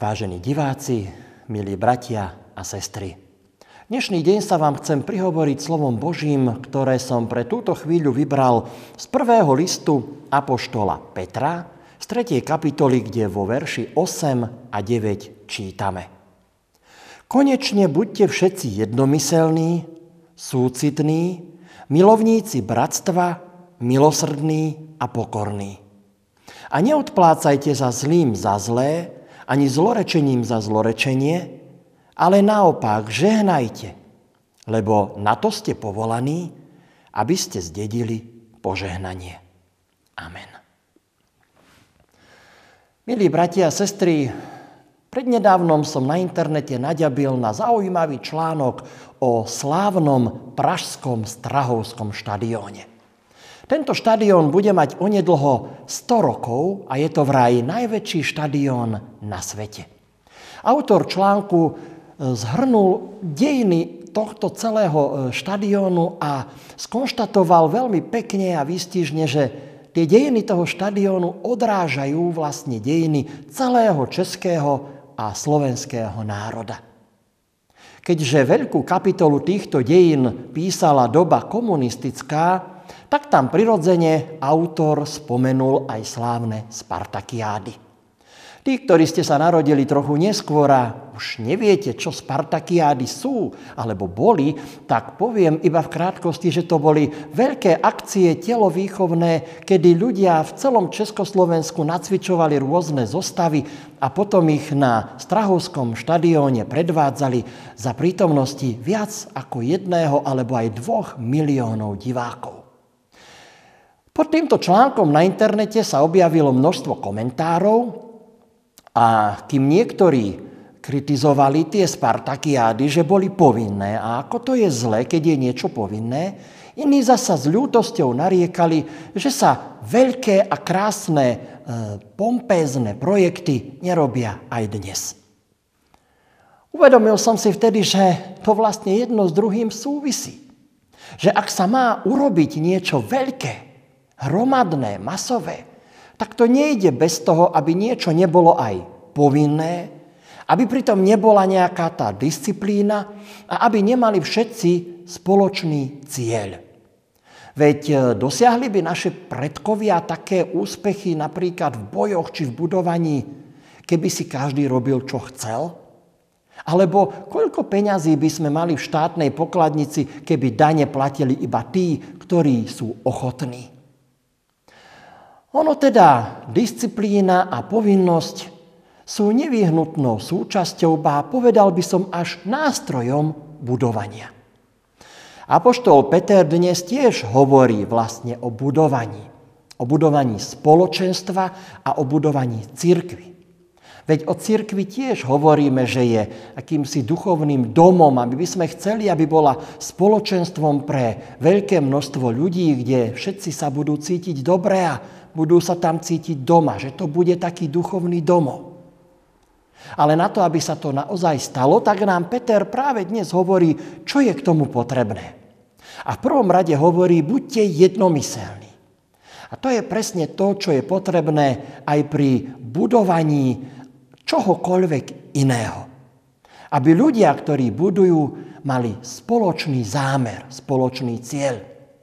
Vážení diváci, milí bratia a sestry, dnešný deň sa vám chcem prihovoriť slovom Božím, ktoré som pre túto chvíľu vybral z prvého listu apoštola Petra, z 3. kapitoly, kde vo verši 8 a 9 čítame. Konečne buďte všetci jednomyselní, súcitní, milovníci bratstva, milosrdní a pokorní. A neodplácajte za zlým za zlé, ani zlorečením za zlorečenie, ale naopak žehnajte, lebo na to ste povolaní, aby ste zdedili požehnanie. Amen. Milí bratia a sestry, prednedávnom som na internete naďabil na zaujímavý článok o slávnom pražskom Strahovskom štadióne. Tento štadión bude mať onedlho 100 rokov a je to vraj najväčší štadión na svete. Autor článku zhrnul dejiny tohto celého štadiónu a skonštatoval veľmi pekne a výstižne, že tie dejiny toho štadiónu odrážajú vlastne dejiny celého českého a slovenského národa. Keďže veľkú kapitolu týchto dejín písala doba komunistická, tak tam prirodzene autor spomenul aj slávne Spartakiády. Tí, ktorí ste sa narodili trochu neskôr a už neviete, čo Spartakiády sú alebo boli, tak poviem iba v krátkosti, že to boli veľké akcie telovýchovné, kedy ľudia v celom Československu nacvičovali rôzne zostavy a potom ich na Strahovskom štadióne predvádzali za prítomnosti viac ako 1 alebo aj 2 miliónov divákov. Pod týmto článkom na internete sa objavilo množstvo komentárov a kým niektorí kritizovali tie Spartakiády, že boli povinné a ako to je zlé, keď je niečo povinné, iní zasa s ľútosťou nariekali, že sa veľké a krásne pompézne projekty nerobia aj dnes. Uvedomil som si vtedy, že to vlastne jedno s druhým súvisí. Že ak sa má urobiť niečo veľké, hromadné, masové, tak to nejde bez toho, aby niečo nebolo aj povinné, aby pritom nebola nejaká tá disciplína a aby nemali všetci spoločný cieľ. Veď dosiahli by naše predkovia také úspechy napríklad v bojoch či v budovaní, keby si každý robil, čo chcel? Alebo koľko peňazí by sme mali v štátnej pokladnici, keby dane platili iba tí, ktorí sú ochotní? Ono teda, disciplína a povinnosť sú nevyhnutnou súčasťou, ba povedal by som až nástrojom budovania. Apoštol Peter dnes tiež hovorí vlastne o budovaní. O budovaní spoločenstva a o budovaní cirkvi. Veď o cirkvi tiež hovoríme, že je akýmsi duchovným domom, aby by sme chceli, aby bola spoločenstvom pre veľké množstvo ľudí, kde všetci sa budú cítiť dobre a budú sa tam cítiť doma, že to bude taký duchovný domov. Ale na to, aby sa to naozaj stalo, tak nám Peter práve dnes hovorí, čo je k tomu potrebné. A v prvom rade hovorí, buďte jednomyselní. A to je presne to, čo je potrebné aj pri budovaní čohokoľvek iného. Aby ľudia, ktorí budujú, mali spoločný zámer, spoločný cieľ.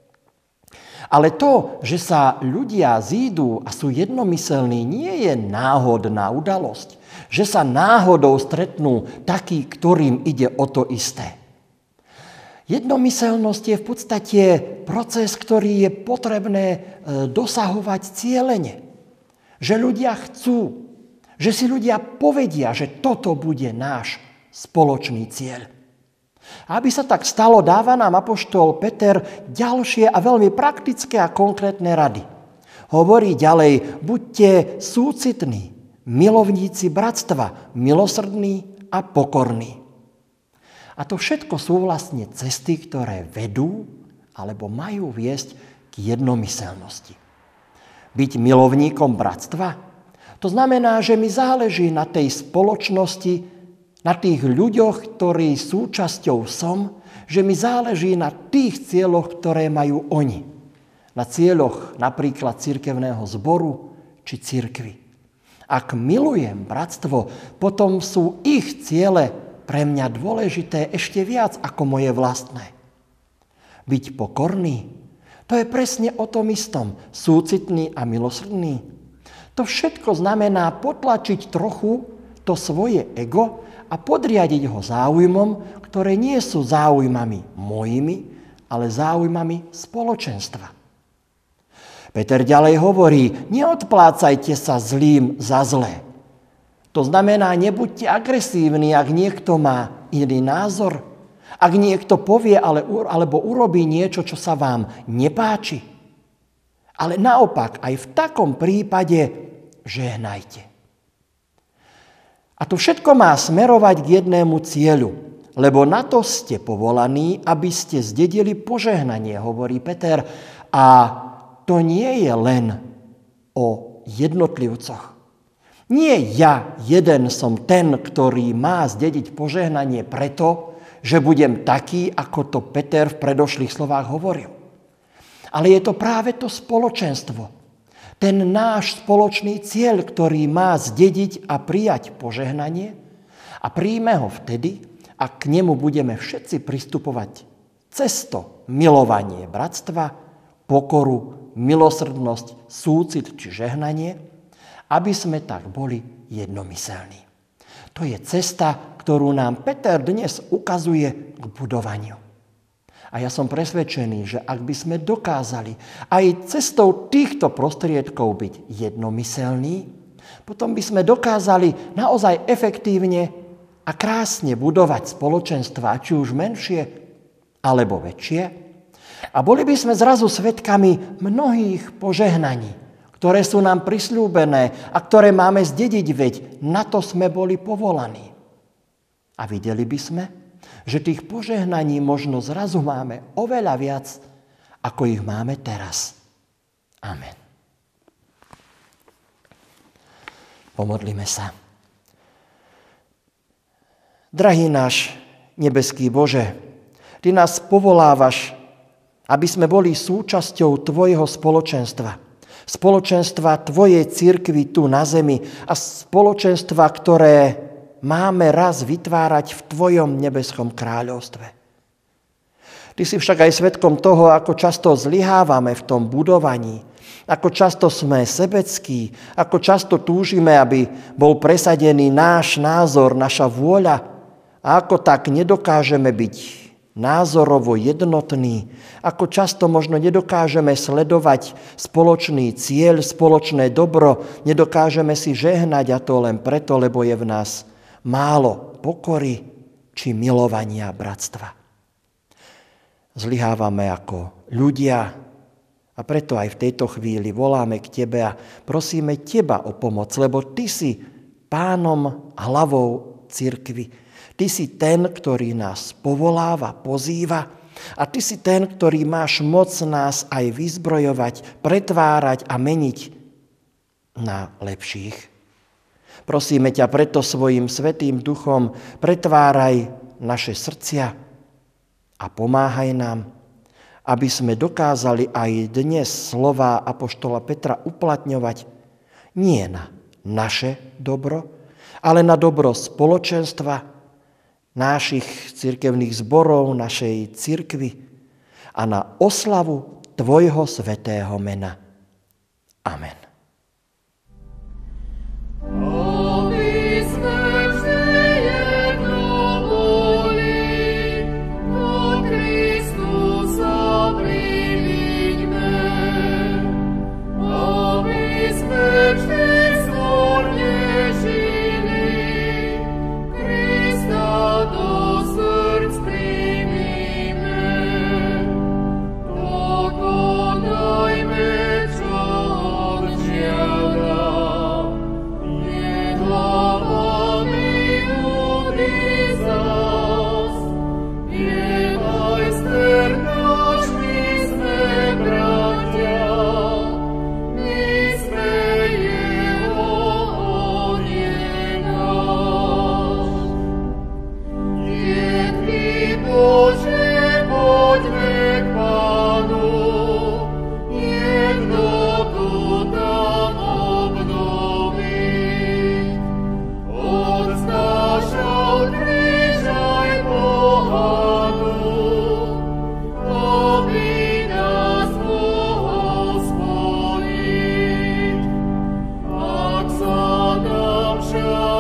Ale to, že sa ľudia zídu a sú jednomyselní, nie je náhodná udalosť. Že sa náhodou stretnú takí, ktorým ide o to isté. Jednomyselnosť je v podstate proces, ktorý je potrebné dosahovať cieľene. Že ľudia chcú, že si ľudia povedia, že toto bude náš spoločný cieľ. A aby sa tak stalo, dáva nám apoštol Peter ďalšie a veľmi praktické a konkrétne rady. Hovorí ďalej, buďte súcitní, milovníci bratstva, milosrdní a pokorní. A to všetko sú vlastne cesty, ktoré vedú alebo majú viesť k jednomyselnosti. Byť milovníkom bratstva, to znamená, že mi záleží na tej spoločnosti, na tých ľuďoch, ktorí súčasťou som, že mi záleží na tých cieľoch, ktoré majú oni. Na cieľoch napríklad cirkevného zboru či cirkvi. Ak milujem bratstvo, potom sú ich ciele pre mňa dôležité ešte viac ako moje vlastné. Byť pokorný, to je presne o tom istom. Súcitný a milosrdný. To všetko znamená potlačiť trochu to svoje ego a podriadiť ho záujmom, ktoré nie sú záujmami mojimi, ale záujmami spoločenstva. Peter ďalej hovorí, neodplácajte sa zlým za zlé. To znamená, nebuďte agresívni, ak niekto má iný názor, ak niekto povie alebo urobí niečo, čo sa vám nepáči. Ale naopak, aj v takom prípade žehnajte. A to všetko má smerovať k jednému cieľu, lebo na to ste povolaní, aby ste zdedili požehnanie, hovorí Peter. A to nie je len o jednotlivcoch. Nie ja jeden som ten, ktorý má zdediť požehnanie preto, že budem taký, ako to Peter v predošlých slovách hovoril. Ale je to práve to spoločenstvo. Ten náš spoločný cieľ, ktorý má zdediť a prijať požehnanie a príjme ho vtedy, ak k nemu budeme všetci pristupovať cez to milovanie bratstva, pokoru, milosrdnosť, súcit či žehnanie, aby sme tak boli jednomyselní. To je cesta, ktorú nám Peter dnes ukazuje k budovaniu. A ja som presvedčený, že ak by sme dokázali aj cestou týchto prostriedkov byť jednomyselní, potom by sme dokázali naozaj efektívne a krásne budovať spoločenstva, či už menšie alebo väčšie. A boli by sme zrazu svedkami mnohých požehnaní, ktoré sú nám prisľúbené a ktoré máme zdediť, veď na to sme boli povolaní. A videli by sme, že tých požehnaní možno zrazu máme oveľa viac, ako ich máme teraz. Amen. Pomodlíme sa. Drahý náš nebeský Bože, Ty nás povolávaš, aby sme boli súčasťou Tvojho spoločenstva. Spoločenstva Tvojej cirkvi tu na zemi a spoločenstva, ktoré máme raz vytvárať v Tvojom nebeskom kráľovstve. Ty si však aj svedkom toho, ako často zlyhávame v tom budovaní, ako často sme sebeckí, ako často túžime, aby bol presadený náš názor, naša vôľa a ako tak nedokážeme byť názorovo jednotný, ako často možno nedokážeme sledovať spoločný cieľ, spoločné dobro, nedokážeme si žehnať a to len preto, lebo je v nás málo pokory či milovania bratstva. Zlyhávame ako ľudia a preto aj v tejto chvíli voláme k Tebe a prosíme Teba o pomoc, lebo Ty si pánom, hlavou cirkvi. Ty si ten, ktorý nás povoláva, pozýva a Ty si ten, ktorý máš moc nás aj vyzbrojovať, pretvárať a meniť na lepších. Prosíme ťa preto svojim svätým duchom, pretváraj naše srdcia a pomáhaj nám, aby sme dokázali aj dnes slová apoštola Petra uplatňovať nie na naše dobro, ale na dobro spoločenstva, našich cirkevných zborov, našej cirkvi a na oslavu Tvojho svätého mena. Amen.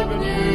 slávne